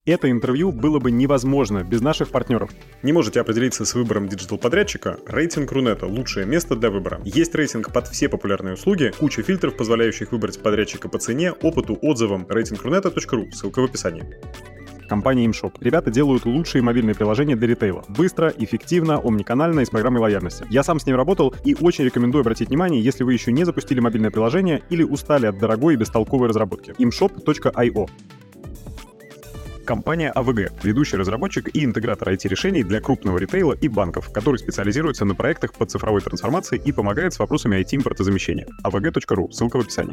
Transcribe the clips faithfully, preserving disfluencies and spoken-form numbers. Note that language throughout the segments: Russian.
Это интервью было бы невозможно без наших партнеров. Не можете определиться с выбором диджитал-подрядчика? Рейтинг Рунета – лучшее место для выбора. Есть рейтинг под все популярные услуги, куча фильтров, позволяющих выбрать подрядчика по цене, опыту, отзывам. рейтинг рунета точка ру, ссылка в описании. Компания ImShop. Ребята делают лучшие мобильные приложения для ритейла. Быстро, эффективно, омниканально и с программой лояльности. Я сам с ним работал и очень рекомендую обратить внимание, если вы еще не запустили мобильное приложение или устали от дорогой и бестолковой разработки. имшоп точка ай о. Компания эй ви джи – ведущий разработчик и интегратор ай ти-решений для крупного ритейла и банков, который специализируется на проектах по цифровой трансформации и помогает с вопросами ай ти-импортозамещения. эй ви джи точка ру, ссылка в описании.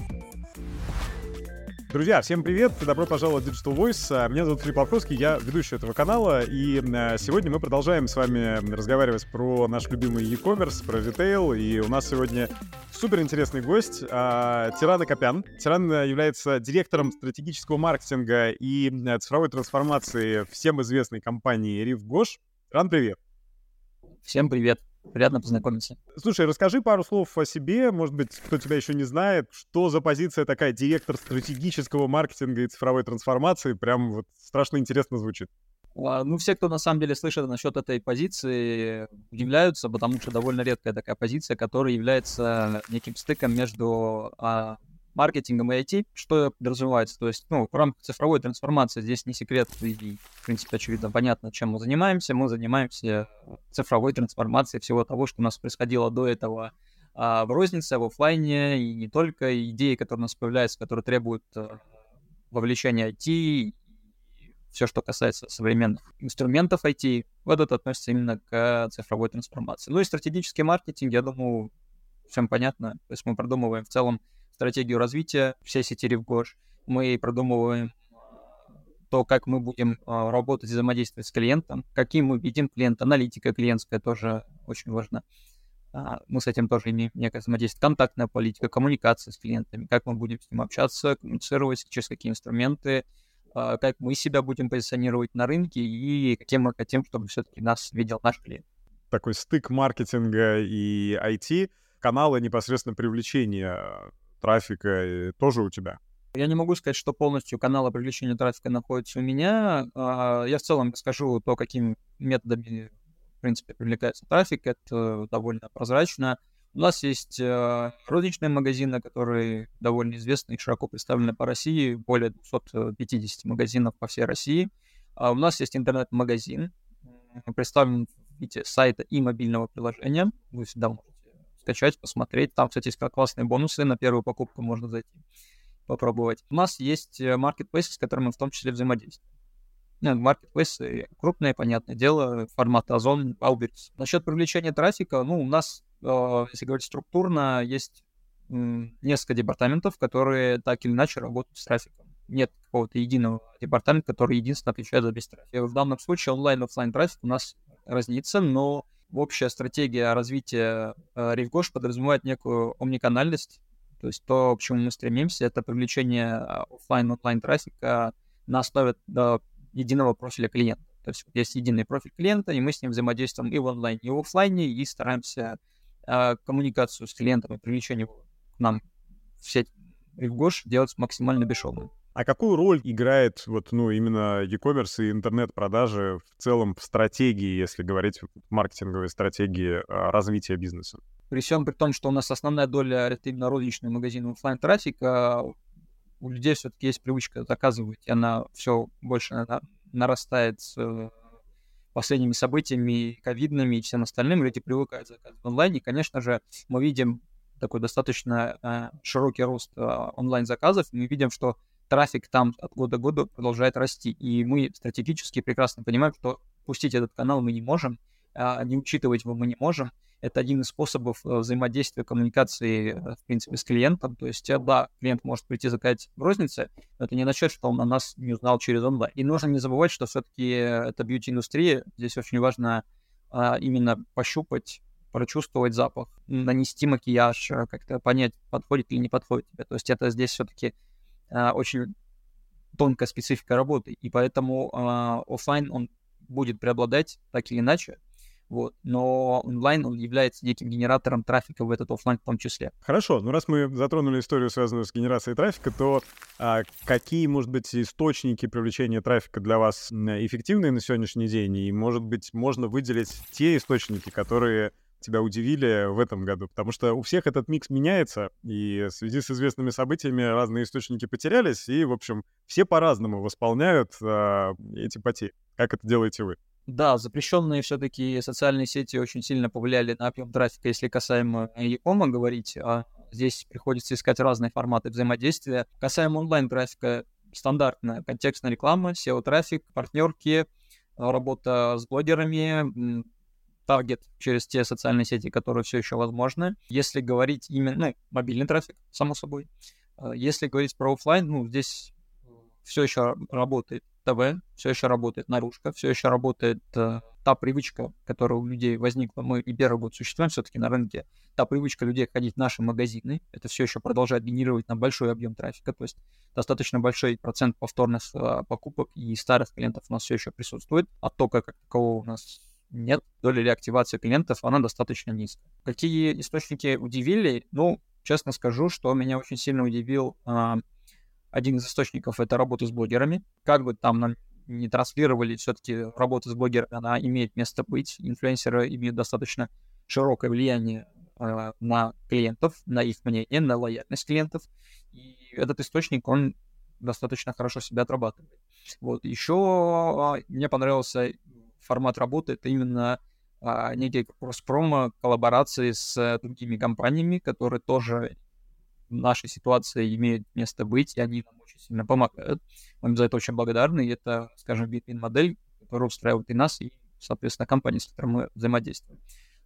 Друзья, всем привет! Добро пожаловать в Digital Voice. Меня зовут Филипп Лавковский, я ведущий этого канала, и сегодня мы продолжаем с вами разговаривать про наш любимый e-commerce, про ритейл, и у нас сегодня суперинтересный гость Тиран Акопян. Тиран является директором стратегического маркетинга и цифровой трансформации всем известной компании Ривгош. Тиран, привет! Всем привет! Приятно познакомиться. Слушай, расскажи пару слов о себе, может быть, кто тебя еще не знает, что за позиция такая директор стратегического маркетинга и цифровой трансформации, прям вот страшно интересно звучит. Ну, все, кто на самом деле слышит насчет этой позиции, удивляются, потому что довольно редкая такая позиция, которая является неким стыком между а, маркетингом и ай ти. Что подразумевается? То есть, ну, в рамках цифровой трансформации здесь не секрет, и, в принципе, очевидно, понятно, чем мы занимаемся. Мы занимаемся цифровой трансформацией всего того, что у нас происходило до этого а, в рознице, в офлайне, и не только. Идеи, которые у нас появляются, которые требуют а, вовлечения ай ти, все, что касается современных инструментов ай ти, вот это относится именно к цифровой трансформации. Ну и стратегический маркетинг, я думаю, всем понятно. То есть мы продумываем в целом стратегию развития всей сети Ривгош. Мы продумываем то, как мы будем а, работать и взаимодействовать с клиентом, каким мы видим клиента, аналитика клиентская тоже очень важна. А, мы с этим тоже имеем некое взаимодействие. Контактная политика, коммуникация с клиентами, как мы будем с ним общаться, коммуницировать, через какие инструменты, а, как мы себя будем позиционировать на рынке и каким мы хотим, чтобы все-таки нас видел наш клиент. Такой стык маркетинга и ай ти, каналы непосредственно привлечения трафика тоже у тебя? Я не могу сказать, что полностью каналы привлечения трафика находятся у меня. Я в целом скажу то, какими методами, в принципе, привлекается трафик. Это довольно прозрачно. У нас есть розничные магазины, которые довольно известны и широко представлены по России. Более двести пятьдесят магазинов по всей России. У нас есть интернет-магазин, представлен в виде сайта и мобильного приложения. Вы всегда можете скачать, посмотреть. Там, кстати, есть классные бонусы. На первую покупку можно зайти, попробовать. У нас есть маркетплейсы, с которыми мы в том числе взаимодействуем. Маркетплейсы крупные, понятное дело, формата Озон, Wildberries. Насчет привлечения трафика, ну, у нас, если говорить структурно, есть несколько департаментов, которые так или иначе работают с трафиком. Нет какого-то единого департамента, который единственно отвечает за весь трафик. В данном случае онлайн и офлайн трафик у нас разнится, но общая стратегия развития э, Ривгош подразумевает некую омниканальность, то есть то, к чему мы стремимся, это привлечение офлайн и онлайн трафика на основе да, единого профиля клиента. То есть есть единый профиль клиента, и мы с ним взаимодействуем и в онлайне, и в офлайне, и стараемся э, коммуникацию с клиентом и привлечение его к нам в сеть Ривгош делать максимально бесшовно. А какую роль играет вот, ну, именно e-commerce и интернет-продажи в целом в стратегии, если говорить в маркетинговой стратегии развития бизнеса? При всем при том, что у нас основная доля — это именно розничные магазины офлайн-трафика, у людей все-таки есть привычка заказывать, и она все больше нарастает с последними событиями ковидными и всем остальным. Люди привыкают заказывать в онлайне. И, конечно же, мы видим такой достаточно широкий рост онлайн-заказов, и мы видим, что трафик там от года к году продолжает расти. И мы стратегически прекрасно понимаем, что пустить этот канал мы не можем, а не учитывать его мы не можем. Это один из способов взаимодействия, коммуникации, в принципе, с клиентом. То есть, да, клиент может прийти заказать в рознице, но это не означает, что он о нас не узнал через онлайн. И нужно не забывать, что все-таки это бьюти-индустрия. Здесь очень важно а, именно пощупать, прочувствовать запах, нанести макияж, как-то понять, подходит или не подходит тебе. То есть это здесь все-таки а, очень тонкая специфика работы, и поэтому а, офлайн он будет преобладать так или иначе, вот, но онлайн он является неким генератором трафика в этот офлайн в том числе. Хорошо, ну раз мы затронули историю, связанную с генерацией трафика, то А какие, может быть, источники привлечения трафика для вас эффективные на сегодняшний день? И, может быть, можно выделить те источники, которые тебя удивили в этом году? Потому что у всех этот микс меняется, и в связи с известными событиями разные источники потерялись, и, в общем, все по-разному восполняют а, эти потери. Как это делаете вы? Да, запрещенные все-таки социальные сети очень сильно повлияли на объем трафика, если касаемо e-кома говорить. А здесь приходится искать разные форматы взаимодействия. Касаемо онлайн-трафика, стандартная контекстная реклама, сео-трафик, партнерки, работа с блогерами, таргет через те социальные сети, которые все еще возможны. Если говорить именно, ну, мобильный трафик, само собой. Если говорить про офлайн, ну, здесь все еще работает ТВ, все еще работает наружка, все еще работает э, та привычка, которая у людей возникла. Мы и первый год существуем все-таки на рынке. Та привычка людей ходить в наши магазины, это все еще продолжает генерировать на большой объем трафика, то есть достаточно большой процент повторных э, покупок и старых клиентов у нас все еще присутствует. Оттока как такового у нас нет. Доля реактивации клиентов, она достаточно низкая. Какие источники удивили? Ну, честно скажу, что меня очень сильно удивил э, один из источников — это работа с блогерами. Как бы там нам не транслировали, все-таки работа с блогерами, она имеет место быть. Инфлюенсеры имеют достаточно широкое влияние э, на клиентов, на их мнение, на лояльность клиентов. И этот источник, он достаточно хорошо себя отрабатывает. Вот. Еще э, мне понравился формат работы, это именно э, некие кросс-промо, коллаборации с другими компаниями, которые тоже в нашей ситуации имеют место быть, и они нам очень сильно помогают. Мы им за это очень благодарны, и это, скажем, вин-вин-модель, которая устраивает и нас, и, соответственно, компании, с которыми мы взаимодействуем.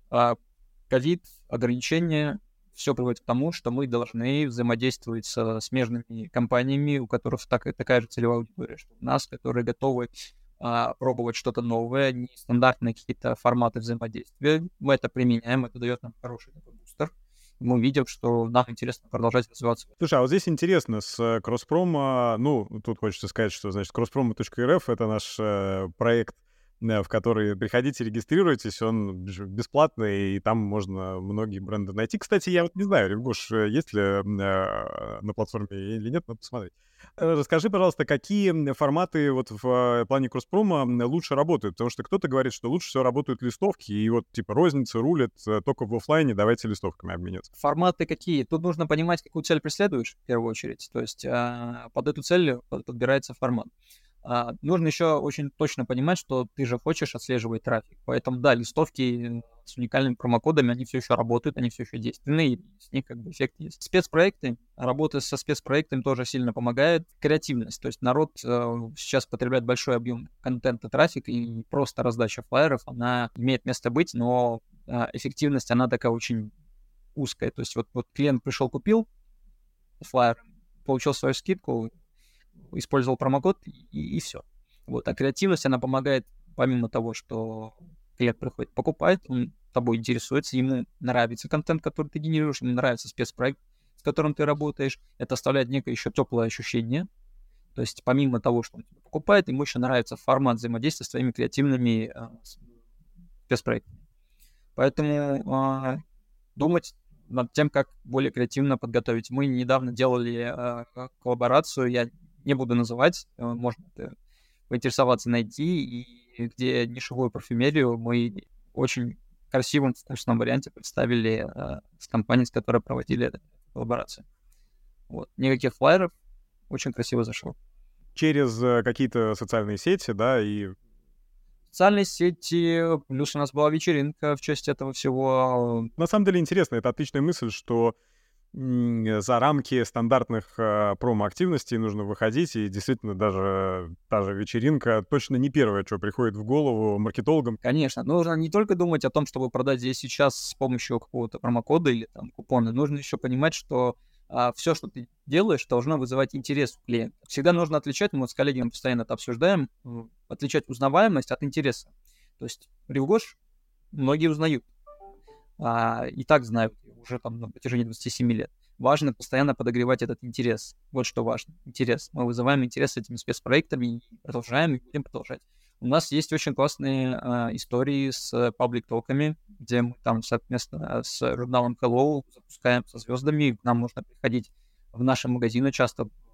Ковид, ограничения, все приводит к тому, что мы должны взаимодействовать со смежными компаниями, у которых так, такая же целевая аудитория, что у нас, которые готовы а, пробовать что-то новое, нестандартные какие-то форматы взаимодействия. Мы это применяем, это дает нам хороший такой бустер. Мы видим, что нам интересно продолжать развиваться. Слушай, а вот здесь интересно, с Кроспрома, ну, тут хочется сказать, что, значит, кроспромо точка эр эф — это наш э, проект, э, в который приходите, регистрируйтесь, он бесплатный, и там можно многие бренды найти. Кстати, я вот не знаю, Ревгош, есть ли э, на платформе или нет, надо посмотреть. Расскажи, пожалуйста, какие форматы вот в плане Кроспрома лучше работают? Потому что кто-то говорит, что лучше всего работают листовки, и вот типа розница рулит только в офлайне, давайте листовками обменяться. Форматы какие? Тут нужно понимать, какую цель преследуешь, в первую очередь. То есть под эту цель подбирается формат. А, нужно еще очень точно понимать, что ты же хочешь отслеживать трафик. Поэтому, да, листовки с уникальными промокодами, они все еще работают, они все еще действенны, и с них как бы эффект есть. Спецпроекты, работа со спецпроектами тоже сильно помогает. Креативность, то есть народ э, сейчас потребляет большой объем контента, трафика, и просто раздача флайеров, она имеет место быть, но э, эффективность, она такая очень узкая. То есть вот, вот клиент пришел, купил флайер, получил свою скидку, использовал промокод, и, и все. Вот. А креативность, она помогает, помимо того, что клиент приходит, покупает, он тобой интересуется, ему нравится контент, который ты генерируешь, ему нравится спецпроект, с которым ты работаешь. Это оставляет некое еще теплое ощущение. То есть помимо того, что он тебя покупает, ему еще нравится формат взаимодействия с твоими креативными э, спецпроектами. Поэтому э, думать над тем, как более креативно подготовить. Мы недавно делали э, коллаборацию, я не буду называть, можно это поинтересоваться, найти, и где нишевую парфюмерию мы очень красивом, вкусном варианте представили э, с компанией, с которой проводили эту коллаборацию. Вот. Никаких флайеров, очень красиво зашло. Через э, какие-то социальные сети, да, и... Социальные сети, плюс у нас была вечеринка в честь этого всего. На самом деле интересно, это отличная мысль, что за рамки стандартных э, промо-активностей нужно выходить, и действительно даже та же вечеринка точно не первое, что приходит в голову маркетологам. Конечно, нужно не только думать о том, чтобы продать здесь сейчас с помощью какого-то промокода или там купона, нужно еще понимать, что а, все, что ты делаешь, должно вызывать интерес у клиента. Всегда нужно отличать, мы вот с коллегами постоянно это обсуждаем, отличать узнаваемость от интереса. То есть Ревгош многие узнают, а, и так знают уже там на протяжении двадцати семи лет. Важно постоянно подогревать этот интерес. Вот что важно. Интерес. Мы вызываем интерес этими спецпроектами и продолжаем, и будем продолжать. У нас есть очень классные а, истории с паблик-толками, где мы там совместно с журналом Hello запускаем со звездами. Нам можно приходить в наши магазины часто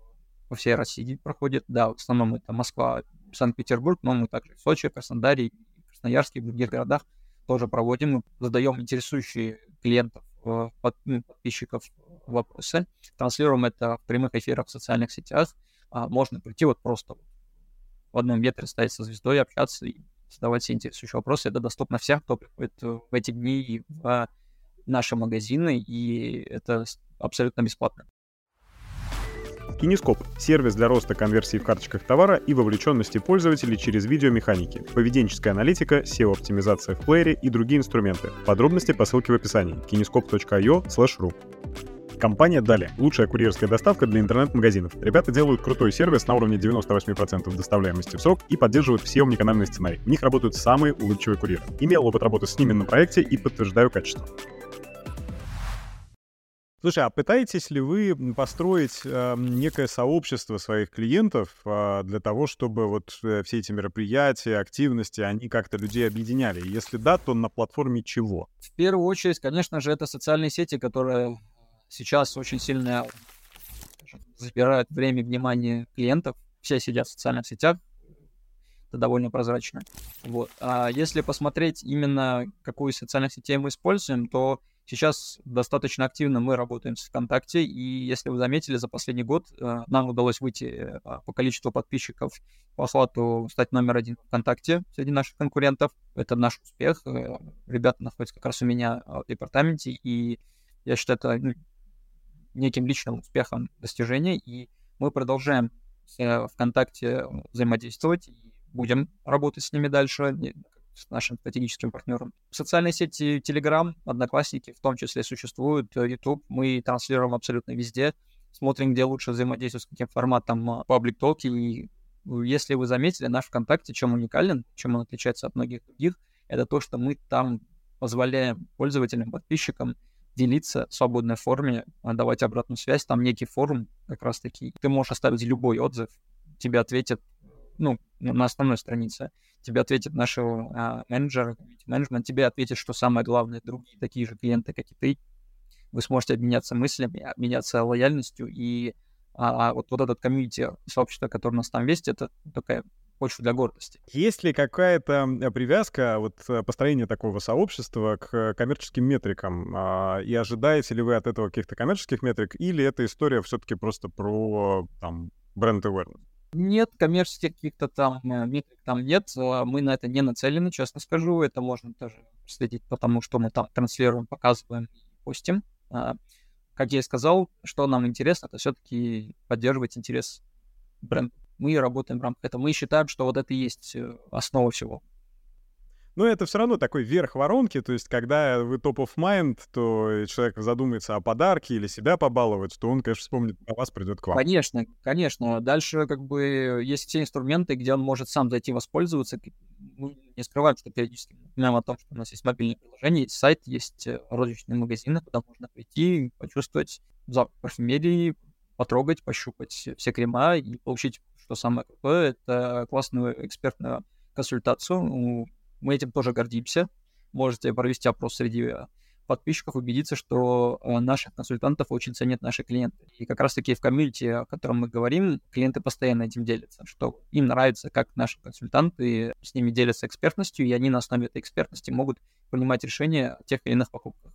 по всей России проходит. Да, в основном это Москва, Санкт-Петербург, но мы также в Сочи, Краснодаре, Красноярске, в других городах тоже проводим. Мы задаем интересующие клиентов, под, ну, подписчиков вопросы, транслируем это в прямых эфирах в социальных сетях. А можно прийти вот просто в одном ветре стоять со звездой, общаться и задавать все интересующие вопросы. Это доступно всем, кто приходит в эти дни в наши магазины, и это абсолютно бесплатно. Кинескоп — сервис для роста конверсии в карточках товара и вовлеченности пользователей через видеомеханики, поведенческая аналитика, сео-оптимизация в плеере и другие инструменты. Подробности по ссылке в описании кинескоп точка ай о слэш ру. Компания Dali — лучшая курьерская доставка для интернет-магазинов. Ребята делают крутой сервис на уровне девяносто восемь процентов доставляемости в срок и поддерживают все омниканальные сценарии. В них работают самые улыбчивые курьеры. Имел опыт работы с ними на проекте и подтверждаю качество. Слушай, а пытаетесь ли вы построить э, некое сообщество своих клиентов э, для того, чтобы вот э, все эти мероприятия, активности, они как-то людей объединяли? Если да, то на платформе чего? В первую очередь, конечно же, это социальные сети, которые сейчас очень сильно забирают время и внимание клиентов. Все сидят в социальных сетях. Это довольно прозрачно. Вот. А если посмотреть именно, какую из социальных сетей мы используем, то сейчас достаточно активно мы работаем с ВКонтакте, и если вы заметили, за последний год э, нам удалось выйти э, по количеству подписчиков по охвату стать номер один в ВКонтакте среди наших конкурентов. Это наш успех. Э, ребята находятся как раз у меня в департаменте, и я считаю это ну, неким личным успехом достижения, и мы продолжаем с э, ВКонтакте взаимодействовать, и будем работать с ними дальше, с нашим стратегическим партнером. Социальные сети Telegram, Одноклассники в том числе существуют, YouTube, мы транслируем абсолютно везде, смотрим, где лучше взаимодействовать с каким форматом Public Talk, и если вы заметили, наш ВКонтакте, чем уникален, чем он отличается от многих других, это то, что мы там позволяем пользователям, подписчикам делиться в свободной форме, давать обратную связь, там некий форум как раз-таки. Ты можешь оставить любой отзыв, тебе ответят, ну, на основной странице, тебе ответит наши а, менеджеры, менеджмент, тебе ответит, что самое главное, другие такие же клиенты, как и ты. Вы сможете обменяться мыслями, обменяться лояльностью, и а, вот, вот этот комьюнити, сообщество, которое у нас там есть, это такая почва для гордости. Есть ли какая-то привязка, вот построение такого сообщества к коммерческим метрикам? А, и ожидаете ли вы от этого каких-то коммерческих метрик, или эта история все-таки просто про там бренд awareness? Нет, коммерческих каких-то там метрик там нет. Мы на это не нацелены, честно скажу. Это можно тоже следить, потому что мы там транслируем, показываем и постим. Как я и сказал, что нам интересно, это все-таки поддерживать интерес бренда. Мы работаем в рамках этого. Мы считаем, что вот это и есть основа всего. Но это все равно такой верх воронки, то есть когда вы top of mind, то человек задумается о подарке или себя побаловать, то он, конечно, вспомнит о вас, придет к вам. Конечно, конечно. Дальше как бы есть все инструменты, где он может сам зайти воспользоваться. Мы не скрываем, что периодически напоминаем о том, что у нас есть мобильное приложение, есть сайт, есть розничные магазины, куда можно прийти, почувствовать запах парфюмерии, потрогать, пощупать все крема и получить, что самое крутое, это классную экспертную консультацию. Мы этим тоже гордимся. Можете провести опрос среди подписчиков, убедиться, что наших консультантов очень ценят наши клиенты. И как раз-таки в комьюнити, о котором мы говорим, клиенты постоянно этим делятся, что им нравится, как наши консультанты с ними делятся экспертностью, и они на основе этой экспертности могут принимать решения о тех или иных покупках.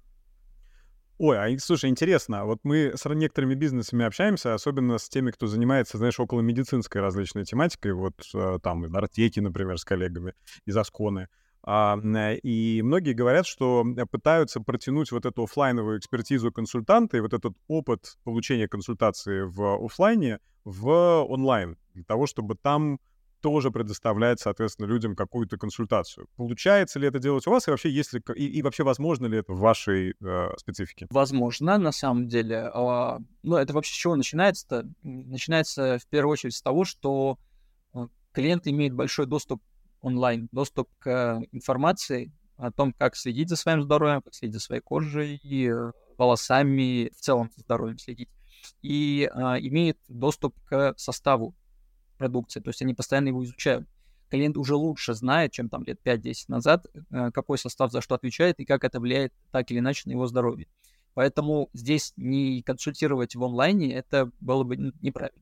Ой, а слушай, интересно, вот мы с некоторыми бизнесами общаемся, особенно с теми, кто занимается, знаешь, около медицинской различной тематикой, вот там из Артеки, например, с коллегами, из Асконы. А, и многие говорят, что пытаются протянуть вот эту офлайновую экспертизу консультанта и вот этот опыт получения консультации в офлайне в онлайн, для того, чтобы там тоже предоставлять, соответственно, людям какую-то консультацию. Получается ли это делать у вас, и вообще, есть ли, и, и вообще возможно ли это в вашей э, специфике? Возможно, на самом деле. А, ну, это вообще с чего начинается-то? Начинается в первую очередь с того, что клиент имеет большой доступ онлайн, доступ к информации о том, как следить за своим здоровьем, как следить за своей кожей, и волосами, в целом за здоровьем следить. И а, имеет доступ к составу продукции, то есть они постоянно его изучают. Клиент уже лучше знает, чем там лет пять-десять назад, какой состав за что отвечает и как это влияет так или иначе на его здоровье. Поэтому здесь не консультировать в онлайне, это было бы неправильно.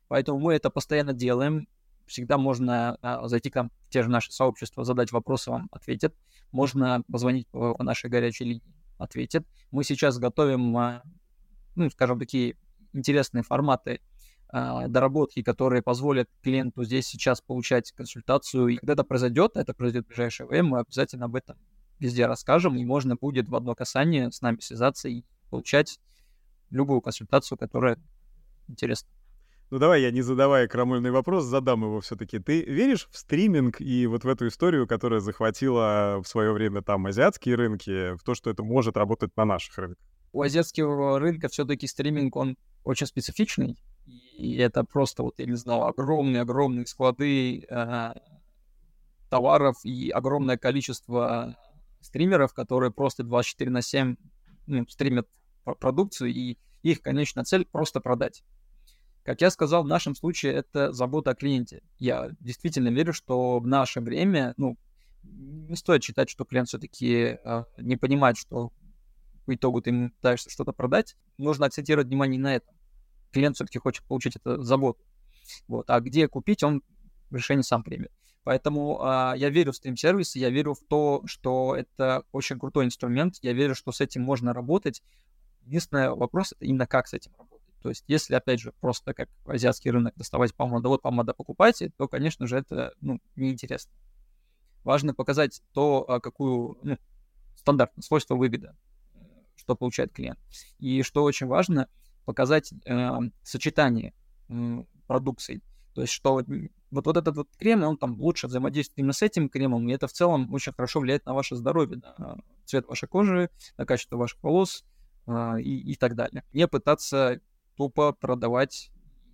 Поэтому мы это постоянно делаем. Всегда можно а, зайти к нам в те же наши сообщества, задать вопросы, вам ответят. Можно позвонить по, по нашей горячей линии, ответят. Мы сейчас готовим, а, ну, скажем, такие интересные форматы а, доработки, которые позволят клиенту здесь сейчас получать консультацию. И когда это произойдет, это произойдет в ближайшее время, мы обязательно об этом везде расскажем, и можно будет в одно касание с нами связаться и получать любую консультацию, которая интересна. Ну давай я, не задавая крамольный вопрос, задам его все-таки. Ты веришь в стриминг и вот в эту историю, которая захватила в свое время там азиатские рынки, в то, что это может работать на наших рынках? У азиатского рынка все-таки стриминг, он очень специфичный, и это просто, вот я не знаю, огромные-огромные склады э, товаров и огромное количество стримеров, которые просто двадцать четыре на семь ну, стримят продукцию, и их конечная цель просто продать. Как я сказал, в нашем случае это забота о клиенте. Я действительно верю, что в наше время, ну, не стоит считать, что клиент все-таки э, не понимает, что по итогу ты ему пытаешься что-то продать. Нужно акцентировать внимание на этом. Клиент все-таки хочет получить эту заботу. Вот. А где купить, он решение сам примет. Поэтому э, я верю в стрим-сервисы, я верю в то, что это очень крутой инструмент, я верю, что с этим можно работать. Единственный вопрос — это именно как с этим работать. То есть если, опять же, просто как азиатский рынок доставать помаду, вот помада покупайте, то, конечно же, это ну, неинтересно. Важно показать то, какую ну, стандартное свойство выгода, что получает клиент. И что очень важно, показать э, сочетание э, продукций. То есть что вот, вот, вот этот вот крем, он там лучше взаимодействует именно с этим кремом, и это в целом очень хорошо влияет на ваше здоровье, на цвет вашей кожи, на качество ваших волос э, и, и так далее. Не пытаться тупо продавать,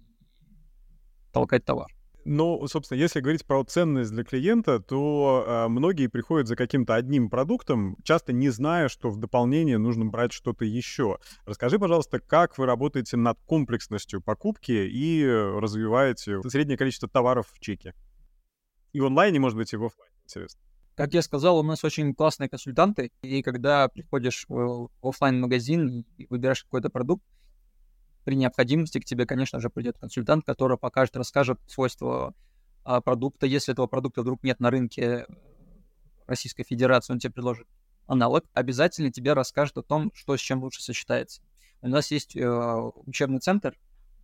толкать товар. Ну, собственно, если говорить про ценность для клиента, то э, многие приходят за каким-то одним продуктом, часто не зная, что в дополнение нужно брать что-то еще. Расскажи, пожалуйста, как вы работаете над комплексностью покупки и развиваете среднее количество товаров в чеке? И в онлайне, может быть, и в офлайне, интересно. Как я сказал, у нас очень классные консультанты, и когда приходишь в офлайн-магазин и выбираешь какой-то продукт, при необходимости к тебе, конечно же, придет консультант, который покажет, расскажет свойства а, продукта. Если этого продукта вдруг нет на рынке Российской Федерации, он тебе предложит аналог, обязательно тебе расскажет о том, что с чем лучше сочетается. У нас есть э, учебный центр,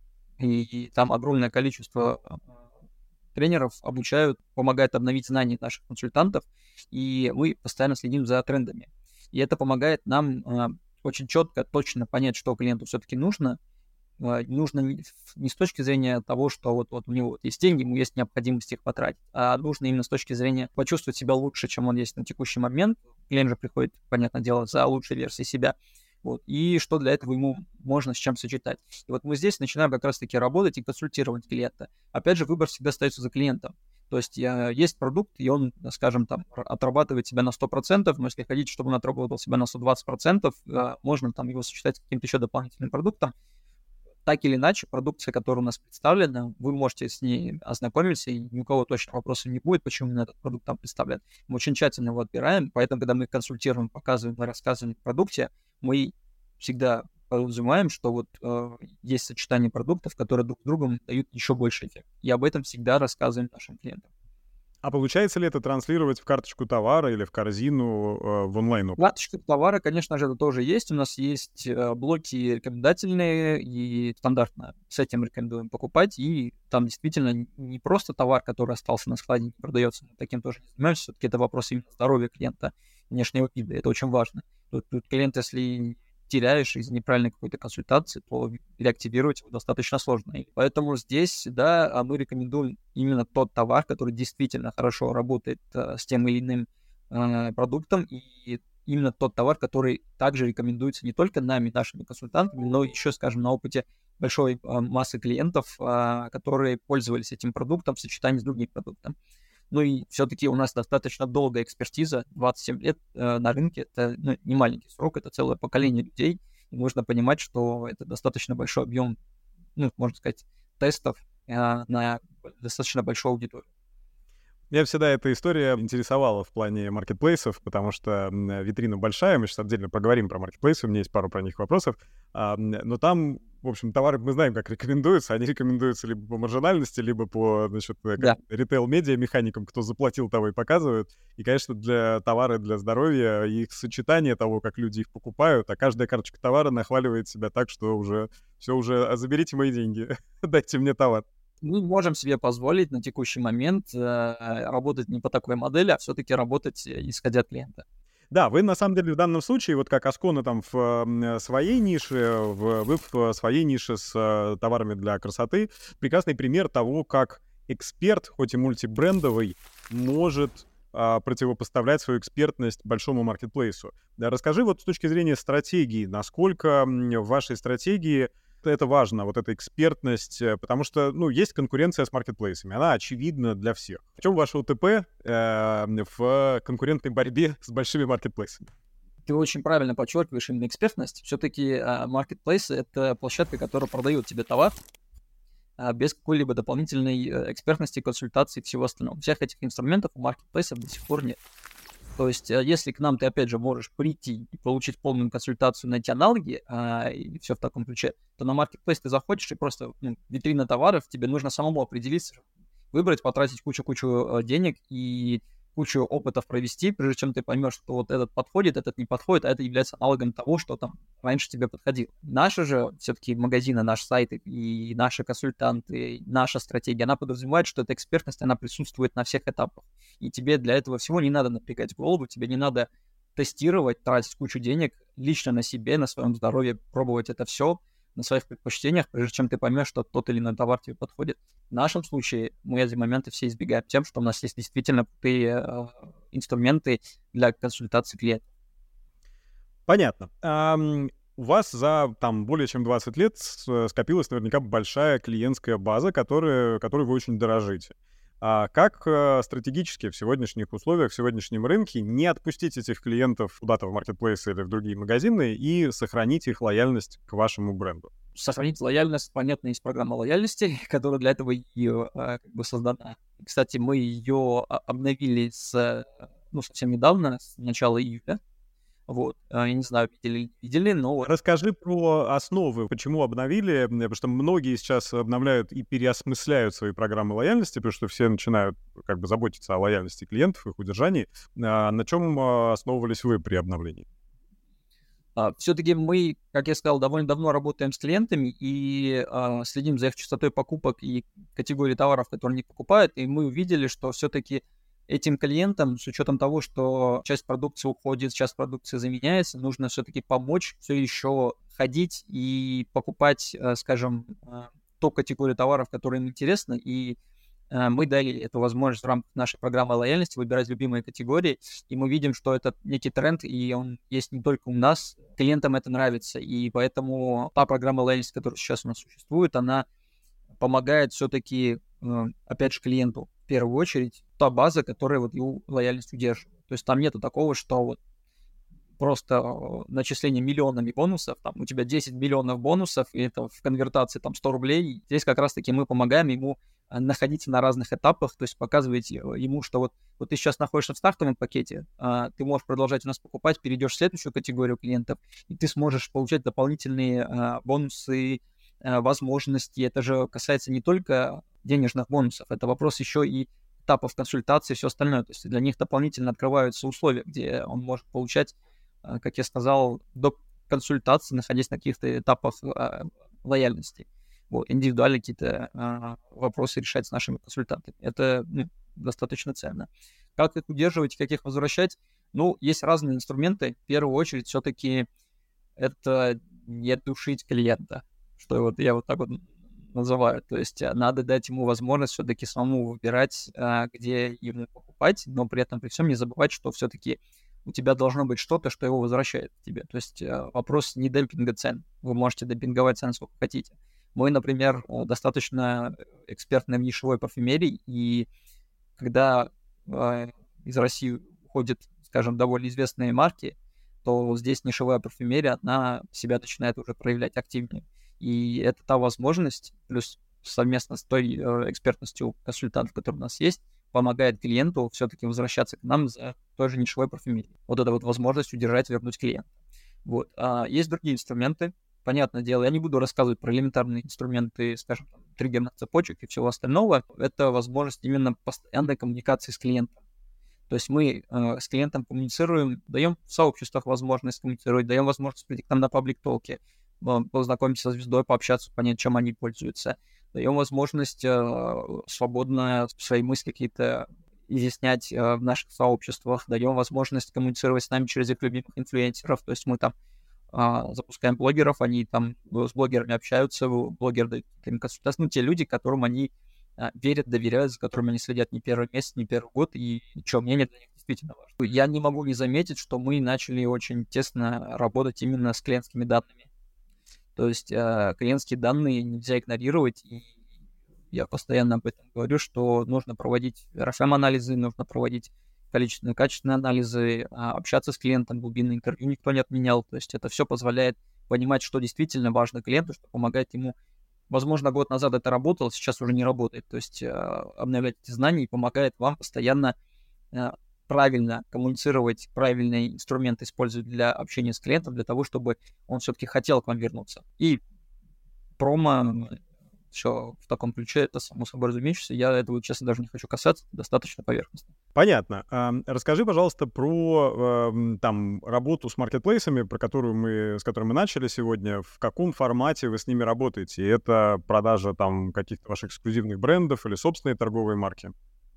и, и там огромное количество э, тренеров обучают, помогают обновить знания наших консультантов, и мы постоянно следим за трендами. И это помогает нам э, очень четко, точно понять, что клиенту все-таки нужно. Нужно не с точки зрения того, что вот, вот у него вот есть деньги, ему есть необходимость их потратить, а нужно именно с точки зрения почувствовать себя лучше, чем он есть на текущий момент. Клиент же приходит, понятное дело, за лучшей версией себя. Вот. И что для этого ему можно с чем сочетать. И вот мы здесь начинаем как раз-таки работать и консультировать клиента. Опять же, выбор всегда остается за клиентом. То есть я, есть продукт, и он, скажем, там, отрабатывает себя на сто процентов, но если хотите, чтобы он отрабатывал себя на сто двадцать процентов, можно там его сочетать с каким-то еще дополнительным продуктом. Так или иначе, продукция, которая у нас представлена, вы можете с ней ознакомиться, и ни у кого точно вопросов не будет, почему именно этот продукт там представлен. Мы очень тщательно его отбираем, поэтому, когда мы консультируем, показываем, мы рассказываем о продукте, мы всегда подразумеваем, что вот э, есть сочетание продуктов, которые друг с другом дают еще больше эффект. И об этом всегда рассказываем нашим клиентам. А получается ли это транслировать в карточку товара или в корзину э, в онлайн? Карточка товара, конечно же, это тоже есть. У нас есть э, блоки рекомендательные, и стандартно с этим рекомендуем покупать. И там действительно не просто товар, который остался на складе, не продается, мы таким тоже не занимаемся. Все-таки это вопрос именно здоровья клиента, внешнего вида. Это очень важно. Тут, тут клиент, если теряешь из-за неправильной какой-то консультации, то реактивировать его достаточно сложно. И поэтому здесь, да, мы рекомендуем именно тот товар, который действительно хорошо работает а, с тем или иным а, продуктом, и именно тот товар, который также рекомендуется не только нами, нашими консультантами, но еще, скажем, на опыте большой а, массы клиентов, а, которые пользовались этим продуктом в сочетании с другим продуктом. Ну и все-таки у нас достаточно долгая экспертиза, двадцать семь лет э, на рынке, это ну, не маленький срок, это целое поколение людей, и нужно понимать, что это достаточно большой объем, ну, можно сказать, тестов э, на достаточно большую аудиторию. Меня всегда эта история интересовала в плане маркетплейсов, потому что витрина большая, мы сейчас отдельно поговорим про маркетплейсы, у меня есть пару про них вопросов, но там в общем, товары мы знаем, как рекомендуются. Они рекомендуются либо по маржинальности, либо по, значит, Да. ритейл-медиа-механикам, кто заплатил, того и показывают. И, конечно, для товара для здоровья, их сочетание того, как люди их покупают, а каждая карточка товара нахваливает себя так, что уже все уже, а заберите мои деньги, дайте мне товар. Мы можем себе позволить на текущий момент э, работать не по такой модели, а все-таки работать исходя от клиента. Да, вы на самом деле в данном случае, вот как Ascona там в м, своей нише, в, вы в своей нише с э, товарами для красоты, прекрасный пример того, как эксперт, хоть и мультибрендовый, может а, противопоставлять свою экспертность большому маркетплейсу. Да, расскажи вот с точки зрения стратегии, насколько м, в вашей стратегии это важно, вот эта экспертность, э, потому что, ну, есть конкуренция с маркетплейсами, она очевидна для всех. В чем ваше УТП э, в конкурентной борьбе с большими маркетплейсами? Ты очень правильно подчеркиваешь именно экспертность. Все-таки маркетплейсы — это площадка, которая продает тебе товар а, без какой-либо дополнительной э, экспертности, консультации и всего остального. Всех этих инструментов у маркетплейсов до сих пор нет. То есть, если к нам ты, опять же, можешь прийти и получить полную консультацию, найти аналоги, а, и все в таком ключе, то на маркетплейс ты заходишь, и просто ну, витрина товаров, тебе нужно самому определиться, выбрать, потратить кучу-кучу денег и кучу опытов провести, прежде чем ты поймешь, что вот этот подходит, этот не подходит, а это является аналогом того, что там раньше тебе подходило. Наши же все-таки магазины, наши сайты и наши консультанты, наша стратегия, она подразумевает, что эта экспертность, она присутствует на всех этапах. И тебе для этого всего не надо напрягать голову, тебе не надо тестировать, тратить кучу денег лично на себе, на своем здоровье, пробовать это все на своих предпочтениях, прежде чем ты поймешь, что тот или иной товар тебе подходит. В нашем случае мы эти моменты все избегаем тем, что у нас есть действительно крутые э, инструменты для консультации клиентов. Понятно. Um... У вас за там более чем двадцать лет скопилась наверняка большая клиентская база, которая, которой вы очень дорожите. А как э, стратегически в сегодняшних условиях, в сегодняшнем рынке не отпустить этих клиентов куда-то в маркетплейсы или в другие магазины и сохранить их лояльность к вашему бренду? Сохранить лояльность, понятно, есть программа лояльности, которая для этого и э, как бы создана. Кстати, мы ее обновили с, ну, совсем недавно, с начала июля. Вот, я не знаю, видели или видели, но... Расскажи про основы, почему обновили, потому что многие сейчас обновляют и переосмысляют свои программы лояльности, потому что все начинают как бы заботиться о лояльности клиентов, их удержании. А на чем основывались вы при обновлении? А, все-таки мы, как я сказал, довольно давно работаем с клиентами и а, следим за их частотой покупок и категории товаров, которые они покупают, и мы увидели, что все-таки этим клиентам, с учетом того, что часть продукции уходит, часть продукции заменяется, нужно все-таки помочь все еще ходить и покупать, скажем, ту категорию товаров, которые им интересны, и мы дали эту возможность в рамках нашей программы лояльности выбирать любимые категории, и мы видим, что это некий тренд, и он есть не только у нас, клиентам это нравится, и поэтому та программа лояльности, которая сейчас у нас существует, она помогает все-таки, опять же, клиенту в первую очередь, та база, которая вот его лояльность удерживает. То есть там нету такого, что вот просто начисление миллионами бонусов, там у тебя десять миллионов бонусов, и это в конвертации там сто рублей. Здесь как раз-таки мы помогаем ему находиться на разных этапах, то есть показываете ему, что вот, вот ты сейчас находишься в стартовом пакете, а, ты можешь продолжать у нас покупать, перейдешь в следующую категорию клиентов, и ты сможешь получать дополнительные а, бонусы, а, возможности. Это же касается не только денежных бонусов, это вопрос еще и этапов консультации и все остальное. То есть для них дополнительно открываются условия, где он может получать, как я сказал, до консультации, находясь на каких-то этапах а, лояльности. Вот, индивидуально какие-то а, вопросы решать с нашими консультантами. Это ну, достаточно ценно. Как их удерживать и как их возвращать? Ну, есть разные инструменты. В первую очередь, все-таки это не душить клиента, что вот я вот так вот называю. То есть надо дать ему возможность все-таки самому выбирать, где ему покупать, но при этом при всем не забывать, что все-таки у тебя должно быть что-то, что его возвращает к тебе. То есть вопрос не демпинга цен. Вы можете демпинговать цены сколько хотите. Мы, например, достаточно экспертны в нишевой парфюмерии, и когда из России уходят, скажем, довольно известные марки, то здесь нишевая парфюмерия, она себя начинает уже проявлять активнее. И это та возможность, плюс совместно с той э, экспертностью консультантов, которая у нас есть, помогает клиенту все-таки возвращаться к нам за той же нишевой парфюмерией. Вот эта вот возможность удержать, вернуть клиента. Вот. А есть другие инструменты, понятное дело, я не буду рассказывать про элементарные инструменты, скажем, там, триггерных цепочек и всего остального. Это возможность именно постоянной коммуникации с клиентом. То есть мы э, с клиентом коммуницируем, даем в сообществах возможность коммуницировать, даем возможность прийти к нам на паблик-толки, э, познакомиться со звездой, пообщаться, понять, чем они пользуются. Даем возможность э, свободно свои мысли какие-то изъяснять э, в наших сообществах, даем возможность коммуницировать с нами через их любимых инфлюенсеров. То есть мы там э, запускаем блогеров, они там с блогерами общаются, блогеры дают им консультации. Ну, те люди, которым они верят, доверяют, за которыми они следят не первый месяц, не первый год, и чье мнение для них действительно важно. Я не могу не заметить, что мы начали очень тесно работать именно с клиентскими данными. То есть э, клиентские данные нельзя игнорировать, и я постоянно об этом говорю, что нужно проводить эр эф эм-анализы, нужно проводить количественные, качественные анализы, общаться с клиентом, глубинное интервью никто не отменял. То есть это все позволяет понимать, что действительно важно клиенту, что помогает ему. Возможно, год назад это работало, сейчас уже не работает. То есть э, обновлять эти знания и помогает вам постоянно э, правильно коммуницировать, правильные инструменты использовать для общения с клиентом, для того, чтобы он все-таки хотел к вам вернуться. И промо, все в таком ключе, это само собой разумеющееся. Я этого, честно, даже не хочу касаться, достаточно поверхностно. Понятно. Расскажи, пожалуйста, про там работу с маркетплейсами, про которую мы, с которой мы начали сегодня. В каком формате вы с ними работаете? Это продажа там каких-то ваших эксклюзивных брендов или собственные торговые марки?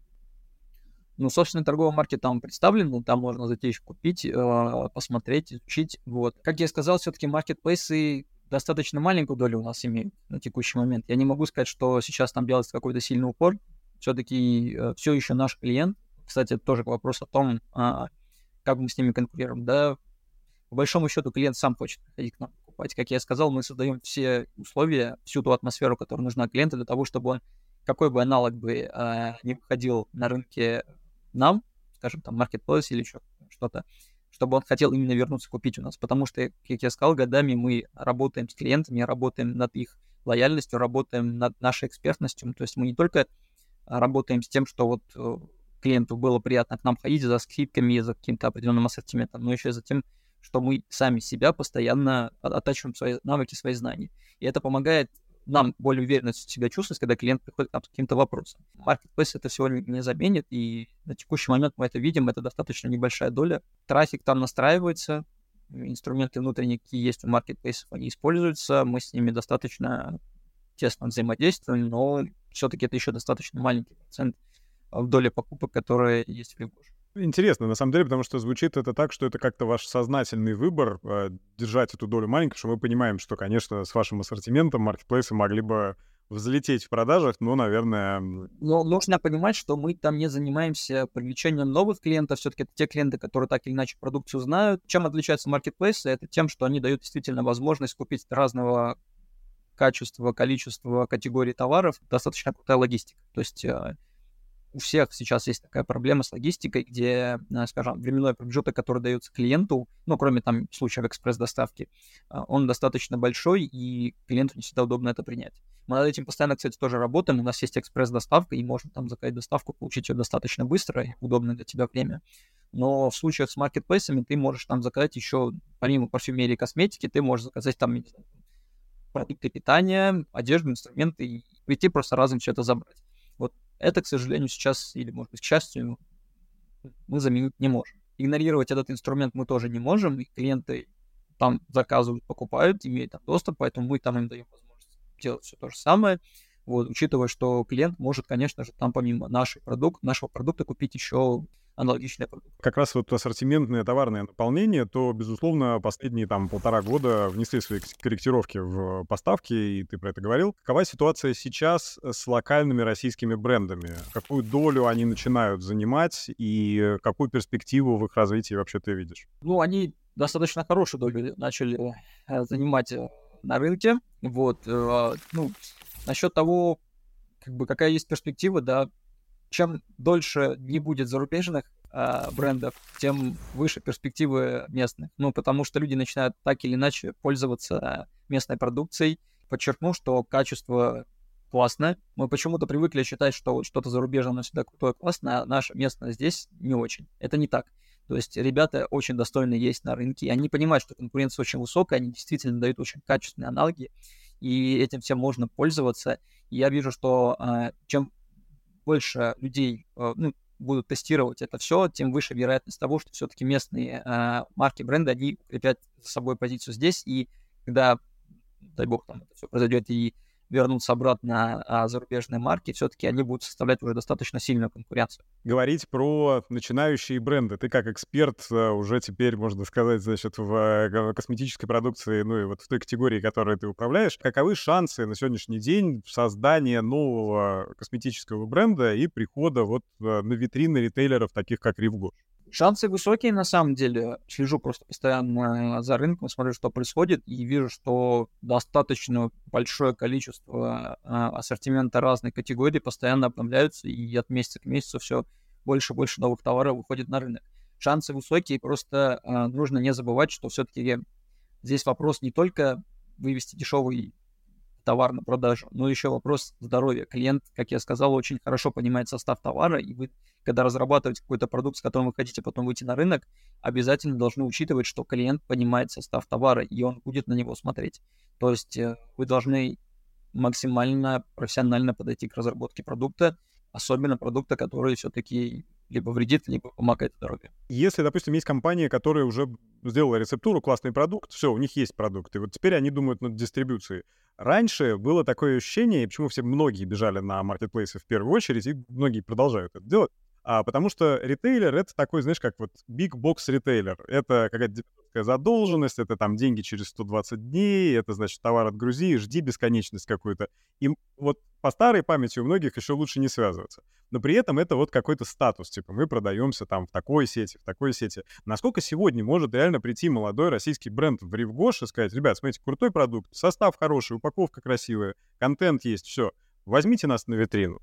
Ну, собственные торговые марки там представлены, там можно зайти еще купить, посмотреть, изучить. Вот. Как я сказал, все-таки маркетплейсы достаточно маленькую долю у нас имеют на текущий момент. Я не могу сказать, что сейчас там делается какой-то сильный упор. Все-таки все еще наш клиент. Кстати, это тоже вопрос о том, а, как мы с ними конкурируем. Да, по большому счету, клиент сам хочет приходить к нам покупать. Как я сказал, мы создаем все условия, всю ту атмосферу, которая нужна клиенту, для того, чтобы он, какой бы аналог бы а, не выходил на рынке нам, скажем, там, Marketplace или еще что-то, чтобы он хотел именно вернуться купить у нас. Потому что, как я сказал, годами мы работаем с клиентами, работаем над их лояльностью, работаем над нашей экспертностью. То есть мы не только работаем с тем, что вот клиенту было приятно к нам ходить за скидками, за каким-то определенным ассортиментом, но еще и за тем, что мы сами себя постоянно оттачиваем свои навыки, свои знания. И это помогает нам более уверенно себя чувствовать, когда клиент приходит к нам с каким-то вопросом. Marketplace это всего не заменит, и на текущий момент мы это видим, это достаточно небольшая доля. Трафик там настраивается, инструменты внутренние, какие есть у Marketplace, они используются, мы с ними достаточно тесно взаимодействуем, но все-таки это еще достаточно маленький процент в доле покупок, которые есть в Лигуше. Интересно, на самом деле, потому что звучит это так, что это как-то ваш сознательный выбор э, держать эту долю маленькой, потому что мы понимаем, что, конечно, с вашим ассортиментом маркетплейсы могли бы взлететь в продажах, но, наверное... Но нужно понимать, что мы там не занимаемся привлечением новых клиентов, все-таки это те клиенты, которые так или иначе продукцию знают. Чем отличаются маркетплейсы? Это тем, что они дают действительно возможность купить разного качества, количества, категорий товаров, достаточно крутая логистика. То есть у всех сейчас есть такая проблема с логистикой, где, скажем, временной промежуток, который дается клиенту, ну, кроме там случаев экспресс-доставки, он достаточно большой, и клиенту не всегда удобно это принять. Мы над этим постоянно, кстати, тоже работаем. У нас есть экспресс-доставка, и можно там заказать доставку, получить ее достаточно быстро и удобное для тебя время. Но в случаях с маркетплейсами ты можешь там заказать еще, помимо парфюмерии и косметики, ты можешь заказать там продукты питания, одежду, инструменты, и прийти просто разом все это забрать. Вот это, к сожалению, сейчас, или, может быть, к счастью, мы заменить не можем. Игнорировать этот инструмент мы тоже не можем, и клиенты там заказывают, покупают, имеют там доступ, поэтому мы там им даем возможность делать все то же самое, вот, учитывая, что клиент может, конечно же, там помимо нашей продукт, нашего продукта купить еще аналогичные продукты. Как раз вот ассортиментное товарное наполнение, то, безусловно, последние там полтора года внесли свои корректировки в поставки, и ты про это говорил. Какова ситуация сейчас с локальными российскими брендами? Какую долю они начинают занимать, и какую перспективу в их развитии вообще ты видишь? Ну, они достаточно хорошую долю начали занимать на рынке. Вот, ну, насчет того, как бы, какая есть перспектива, да, чем дольше не будет зарубежных э, брендов, тем выше перспективы местных. Ну, потому что люди начинают так или иначе пользоваться местной продукцией. Подчеркну, что качество классное. Мы почему-то привыкли считать, что вот что-то зарубежное, оно всегда крутое, классное, а наше местное здесь не очень. Это не так. То есть ребята очень достойно есть на рынке, и они понимают, что конкуренция очень высокая, они действительно дают очень качественные аналоги, и этим всем можно пользоваться. И я вижу, что э, чем больше людей э, ну, будут тестировать это все, тем выше вероятность того, что все-таки местные э, марки, бренды, они укрепят за собой позицию здесь, и когда, дай бог, там это все произойдет, и вернутся обратно а, зарубежные марки, все-таки они будут составлять уже достаточно сильную конкуренцию. Говорить про начинающие бренды. Ты как эксперт уже теперь, можно сказать, значит, в косметической продукции, ну и вот в той категории, которой ты управляешь. Каковы шансы на сегодняшний день создания нового косметического бренда и прихода вот на витрины ритейлеров, таких как Рив Гош? Шансы высокие, на самом деле. Слежу просто постоянно за рынком, смотрю, что происходит, и вижу, что достаточно большое количество а, ассортимента разных категорий постоянно обновляются, и от месяца к месяцу все больше и больше новых товаров выходит на рынок. Шансы высокие, просто а, нужно не забывать, что все-таки здесь вопрос не только вывести дешевый товар на продажу, но еще вопрос здоровья. Клиент, как я сказал, очень хорошо понимает состав товара, и вы, когда разрабатываете какой-то продукт, с которым вы хотите потом выйти на рынок, обязательно должны учитывать, что клиент понимает состав товара, и он будет на него смотреть. То есть вы должны максимально профессионально подойти к разработке продукта, особенно продукта, который все-таки либо вредит, либо помогает здоровью. Если, допустим, есть компания, которая уже сделала рецептуру, классный продукт, все, у них есть продукт, и вот теперь они думают над дистрибьюцией. Раньше было такое ощущение, почему все многие бежали на маркетплейсы в первую очередь, и многие продолжают это делать, а, потому что ритейлер — это такой, знаешь, как вот big box ритейлер. Это какая-то дебиторская задолженность, это там деньги через сто двадцать дней, это, значит, товар отгрузи, жди бесконечность какую-то. И вот по старой памяти у многих еще лучше не связываться. Но при этом это вот какой-то статус, типа мы продаемся там в такой сети, в такой сети. Насколько сегодня может реально прийти молодой российский бренд в Рив Гош и сказать: ребят, смотрите, крутой продукт, состав хороший, упаковка красивая, контент есть, все, возьмите нас на витрину.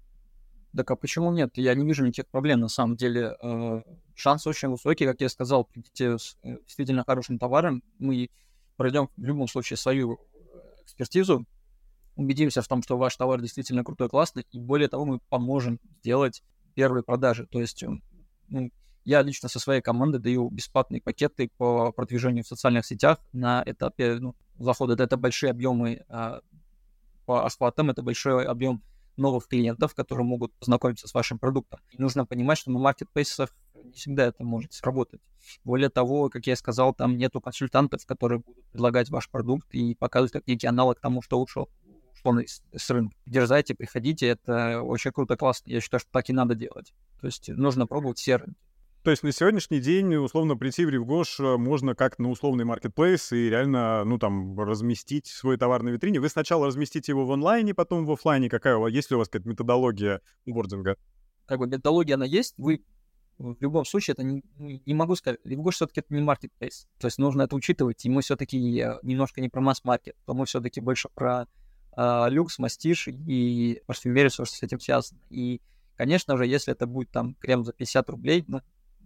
Так а почему нет? Я не вижу никаких проблем, на самом деле. Э, шанс очень высокий, как я сказал, придите с э, действительно хорошим товаром. Мы пройдем в любом случае свою экспертизу, убедимся в том, что ваш товар действительно крутой, классный, и более того, мы поможем сделать первые продажи. То есть ну, я лично со своей командой даю бесплатные пакеты по продвижению в социальных сетях на этапе ну, захода. Это большие объемы а, по охватам, это большой объем новых клиентов, которые могут познакомиться с вашим продуктом. И нужно понимать, что на маркетплейсах не всегда это может сработать. Более того, как я сказал, там нету консультантов, которые будут предлагать ваш продукт и показывать как некий аналог тому, что ушло, ушло с, с рынка. Дерзайте, приходите, это очень круто, классно. Я считаю, что так и надо делать. То есть нужно пробовать все рынки. То есть на сегодняшний день, условно, прийти в Рив Гош можно как на условный маркетплейс и реально, ну, там, разместить свой товар на витрине. Вы сначала разместите его в онлайне, потом в офлайне. Какая у вас, есть ли у вас какая-то методология бординга? Как бы методология, она есть. Вы в любом случае, это не, не могу сказать. Рив Гош все-таки это не маркетплейс. То есть нужно это учитывать. И мы все-таки немножко не про масс-маркет, то мы все-таки больше про э, люкс, мастиш и парфюмерию, все, что с этим связано. И, конечно же, если это будет там крем за пятьдесят рублей, ну,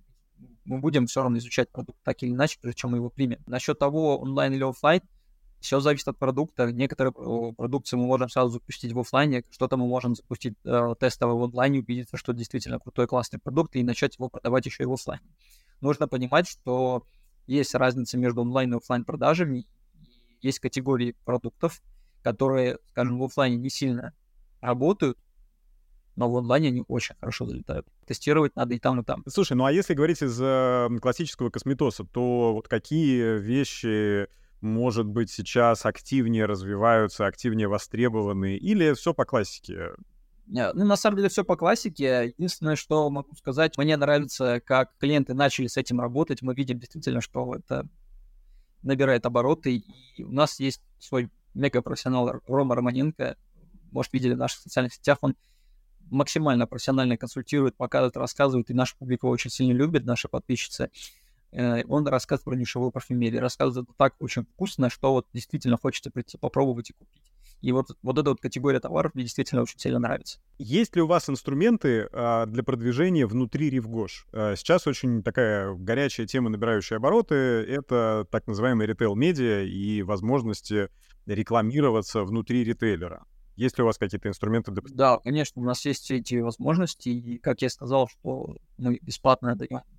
мы будем все равно изучать продукт так или иначе, прежде чем мы его примем. Насчет того, онлайн или офлайн, все зависит от продукта. Некоторые продукции мы можем сразу запустить в офлайне, что-то мы можем запустить э, тестово в онлайне, убедиться, что действительно крутой, классный продукт, и начать его продавать еще и в офлайне. Нужно понимать, что есть разница между онлайн и офлайн продажами. Есть категории продуктов, которые, скажем, в офлайне не сильно работают, но в онлайне они очень хорошо залетают. Тестировать надо и там, и там. Слушай, ну а если говорить из э, классического косметоса, то вот какие вещи, может быть, сейчас активнее развиваются, активнее востребованы, или все по классике? Ну, на самом деле, все по классике. Единственное, что могу сказать, мне нравится, как клиенты начали с этим работать. Мы видим действительно, что это набирает обороты. И у нас есть свой мега-профессионал Рома Романенко. Может, видели в наших социальных сетях. Он максимально профессионально консультирует, показывает, рассказывает, и наша публика очень сильно любит, наши подписчицы. Он рассказывает про нишевую парфюмерию, рассказывает так очень вкусно, что вот действительно хочется прийти попробовать и купить. И вот, вот эта вот категория товаров мне действительно очень сильно нравится. Есть ли у вас инструменты а, для продвижения внутри Рив Гош? А, сейчас очень такая горячая тема, набирающая обороты, это так называемые ритейл-медиа и возможности рекламироваться внутри ритейлера. Есть ли у вас какие-то инструменты для... Да, конечно, у нас есть все эти возможности, и, как я сказал, что мы бесплатно даем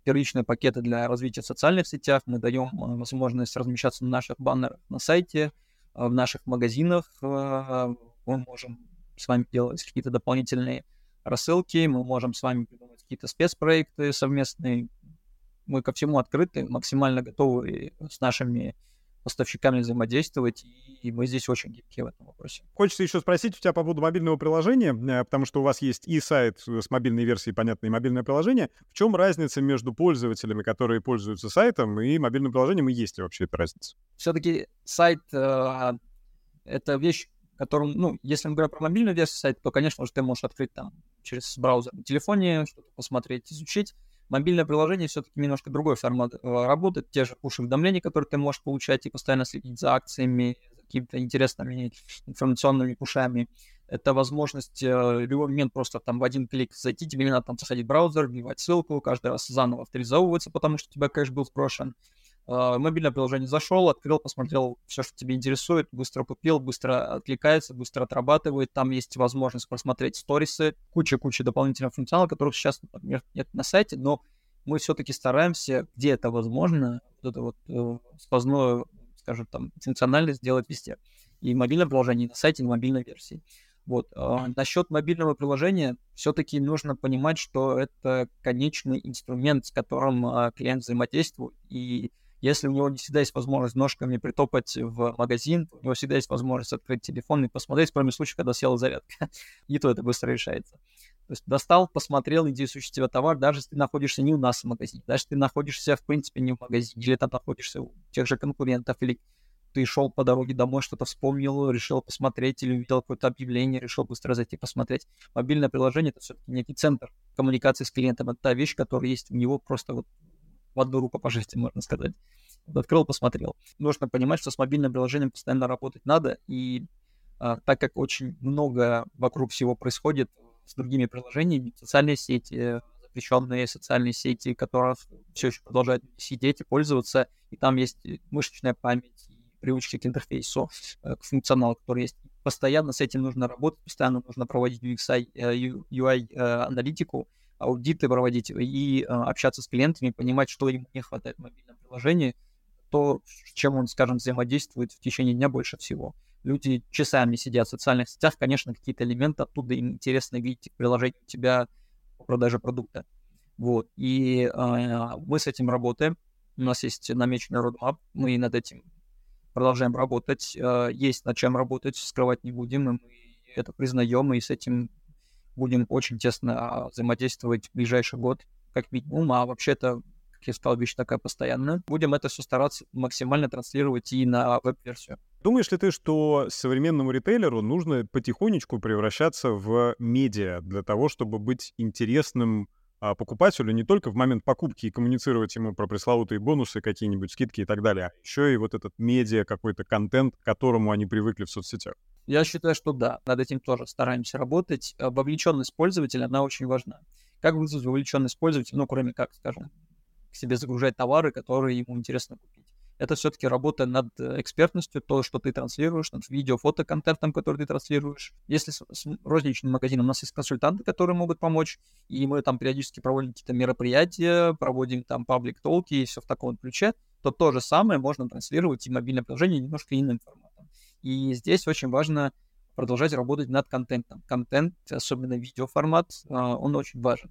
первичные пакеты для развития в социальных сетях, мы даем возможность размещаться на наших баннерах на сайте, в наших магазинах. Мы можем с вами делать какие-то дополнительные рассылки, мы можем с вами придумать какие-то спецпроекты совместные. Мы ко всему открыты, максимально готовы с нашими поставщиками взаимодействовать, и мы здесь очень гибкие в этом вопросе. Хочется еще спросить у тебя по поводу мобильного приложения, потому что у вас есть и сайт с мобильной версией, понятно, и мобильное приложение. В чем разница между пользователями, которые пользуются сайтом, и мобильным приложением, и есть ли вообще эта разница? Все-таки сайт э, — это вещь, которым, ну, если мы говорим про мобильную версию сайта, то, конечно же, ты можешь открыть там через браузер на телефоне, что-то посмотреть, изучить. Мобильное приложение все-таки немножко другой формат работает. Те же push-уведомления, которые ты можешь получать и постоянно следить за акциями, за какими-то интересными информационными пушами. Это возможность э, в любой момент просто там в один клик зайти, тебе не надо там заходить в браузер, вбивать ссылку, каждый раз заново авторизовываться, потому что у тебя кэш был сброшен. Э, мобильное приложение зашел, открыл, посмотрел все, что тебе интересует, быстро купил, быстро откликается, быстро отрабатывает. Там есть возможность просмотреть сторисы, куча-куча дополнительных функционалов, которых сейчас, например, нет на сайте, но мы все-таки стараемся, где это возможно, вот это вот э, сквозную, скажем, там, функциональность сделать везде. И в мобильном приложении, и на сайте, и в мобильной версии. Вот. А насчет мобильного приложения все-таки нужно понимать, что это конечный инструмент, с которым а, клиент взаимодействует. И если у него не всегда есть возможность ножками притопать в магазин, у него всегда есть возможность открыть телефон и посмотреть, кроме случая, когда села зарядка. И то это быстро решается. То есть достал, посмотрел интересующий тебя товар, даже если ты находишься не у нас в магазине, даже если ты находишься, в принципе, не в магазине, или там находишься у тех же конкурентов, или ты шел по дороге домой, что-то вспомнил, решил посмотреть, или увидел какое-то объявление, решил быстро зайти посмотреть. Мобильное приложение — это все-таки некий центр коммуникации с клиентом. Это та вещь, которая есть у него просто вот в одну руку пожать, можно сказать. Вот открыл, посмотрел. Нужно понимать, что с мобильным приложением постоянно работать надо, и а, так как очень много вокруг всего происходит с другими приложениями, социальные сети, запрещенные социальные сети, которые все еще продолжают сидеть и пользоваться, и там есть мышечная память, привычки к интерфейсу, к функционалу, который есть. Постоянно с этим нужно работать, постоянно нужно проводить ю экс ай, ю ай-аналитику, аудиты проводить и общаться с клиентами, понимать, что ему не хватает в мобильном приложении, то, с чем он, скажем, взаимодействует в течение дня больше всего. Люди часами сидят в социальных сетях, конечно, какие-то элементы оттуда им интересно видеть в приложении у тебя по продаже продукта. Вот. И э, мы с этим работаем. У нас есть намеченный roadmap, мы над этим продолжаем работать. Есть над чем работать, скрывать не будем, и мы это признаем, и с этим будем очень тесно взаимодействовать в ближайший год, как минимум. А вообще-то, как я сказал, вещь такая постоянная. Будем это все стараться максимально транслировать и на веб-версию. Думаешь ли ты, что современному ритейлеру нужно потихонечку превращаться в медиа для того, чтобы быть интересным покупателю не только в момент покупки и коммуницировать ему про пресловутые бонусы, какие-нибудь скидки и так далее, а еще и вот этот медиа, какой-то контент, к которому они привыкли в соцсетях? Я считаю, что да, над этим тоже стараемся работать. Вовлеченность пользователя, она очень важна. Как вызвать вовлеченность пользователя, ну, кроме как, скажем, к себе загружать товары, которые ему интересно купить. Это все-таки работа над экспертностью, то, что ты транслируешь, над видео, фото-контентом, который ты транслируешь. Если с, с розничным магазином у нас есть консультанты, которые могут помочь, и мы там периодически проводим какие-то мероприятия, проводим там паблик-толки и все в таком ключе, то то же самое можно транслировать и в мобильное приложение немножко иным форматом. И здесь очень важно продолжать работать над контентом. Контент, особенно видеоформат, он очень важен.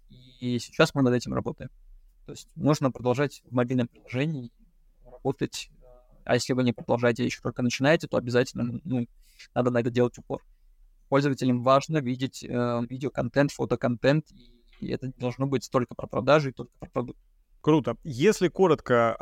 И сейчас мы над этим работаем. То есть нужно продолжать в мобильном приложении работать, а если вы не продолжаете, еще только начинаете, то обязательно, ну, надо на это делать упор. Пользователям важно видеть э, видеоконтент, фотоконтент, и это не должно быть только про продажи, и только про продукт. Круто. Если коротко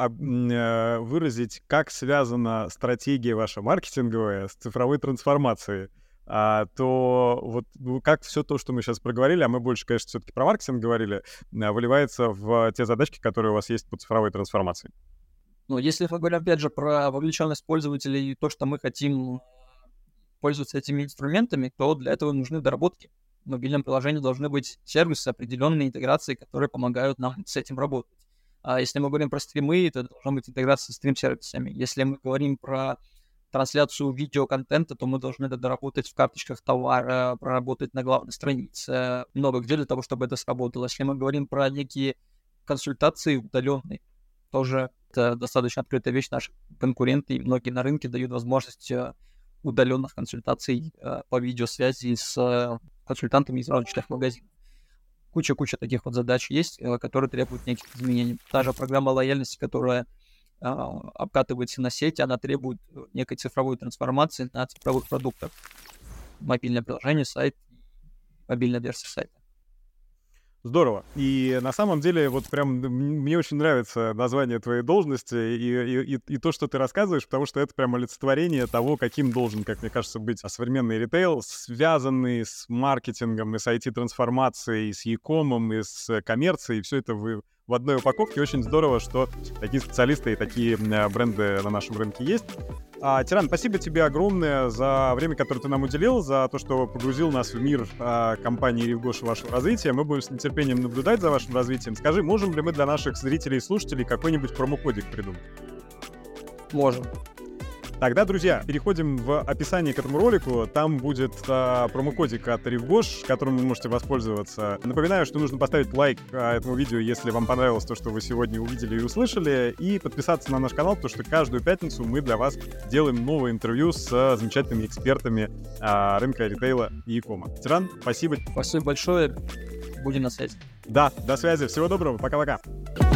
э, выразить, как связана стратегия ваша маркетинговая с цифровой трансформацией, а, то вот как все то, что мы сейчас проговорили, а мы больше, конечно, все-таки про маркетинг говорили, выливается в те задачки, которые у вас есть по цифровой трансформации? Ну, если мы говорим, опять же, про вовлеченность пользователей и то, что мы хотим пользоваться этими инструментами, то для этого нужны доработки. В мобильном приложении должны быть сервисы, определенные интеграции, которые помогают нам с этим работать. А если мы говорим про стримы, то должна быть интеграция с стрим-сервисами. Если мы говорим про трансляцию видеоконтента, то мы должны это доработать в карточках товара, проработать на главной странице, много где для того, чтобы это сработало. Если мы говорим про некие консультации удаленные. Тоже это достаточно открытая вещь. Наши конкуренты и многие на рынке дают возможность удаленных консультаций по видеосвязи с консультантами из розничных магазинов. Куча-куча таких вот задач есть, которые требуют неких изменений. Та же программа лояльности, которая обкатывается на сети, она требует некой цифровой трансформации на цифровых продуктах. Мобильное приложение, сайт, мобильная версия сайта. Здорово. И на самом деле, вот прям мне очень нравится название твоей должности и, и, и, и то, что ты рассказываешь, потому что это прям олицетворение того, каким должен, как мне кажется, быть современный ритейл, связанный с маркетингом, и с ай ти-трансформацией, и с e-comом, и с коммерцией, и все это в, в одной упаковке. Очень здорово, что такие специалисты и такие бренды на нашем рынке есть. А, Тиран, спасибо тебе огромное за время, которое ты нам уделил, за то, что погрузил нас в мир а, компании Ривгош и вашего развития. Мы будем с нетерпением наблюдать за вашим развитием. Скажи, можем ли мы для наших зрителей и слушателей какой-нибудь промокодик придумать? Можем. Тогда, друзья, переходим в описание к этому ролику. Там будет а, промокодик от Ривгош, которым вы можете воспользоваться. Напоминаю, что нужно поставить лайк а, этому видео, если вам понравилось то, что вы сегодня увидели и услышали, и подписаться на наш канал, потому что каждую пятницу мы для вас делаем новое интервью с а, замечательными экспертами а, рынка ритейла и e-кома. Тиран, спасибо. Спасибо большое. Будем на связи. Да, до связи. Всего доброго. Пока-пока.